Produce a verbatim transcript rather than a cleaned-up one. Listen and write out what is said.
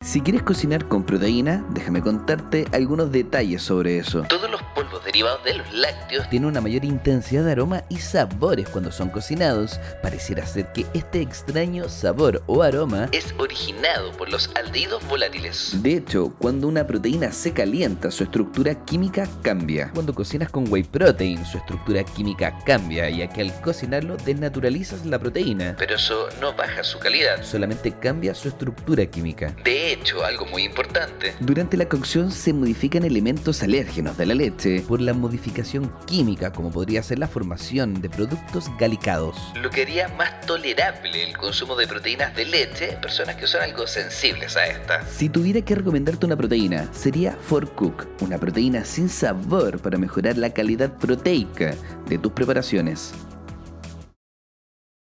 Si quieres cocinar con proteína, déjame contarte algunos detalles sobre eso. Todos los polvos derivados de los lácteos Tienen una mayor intensidad de aroma y sabores cuando son cocinados. Pareciera ser que este extraño sabor o aroma es originado por los aldehídos volátiles. De hecho, cuando una proteína se calienta, su estructura química cambia. Cuando cocinas con whey protein, su estructura química cambia, ya que al cocinarlo desnaturalizas la proteína. Pero eso no baja su calidad. Solamente cambia su estructura química. De hecho, algo muy importante. Durante la cocción se modifican elementos alérgenos de la leche por la modificación química, como podría ser la formación de productos galicados. Lo que haría más tolerable el consumo de proteínas de leche en personas que son algo sensibles a esta. Si tuviera que recomendarte una proteína, sería four cook, una proteína sin sabor para mejorar la calidad proteica de tus preparaciones.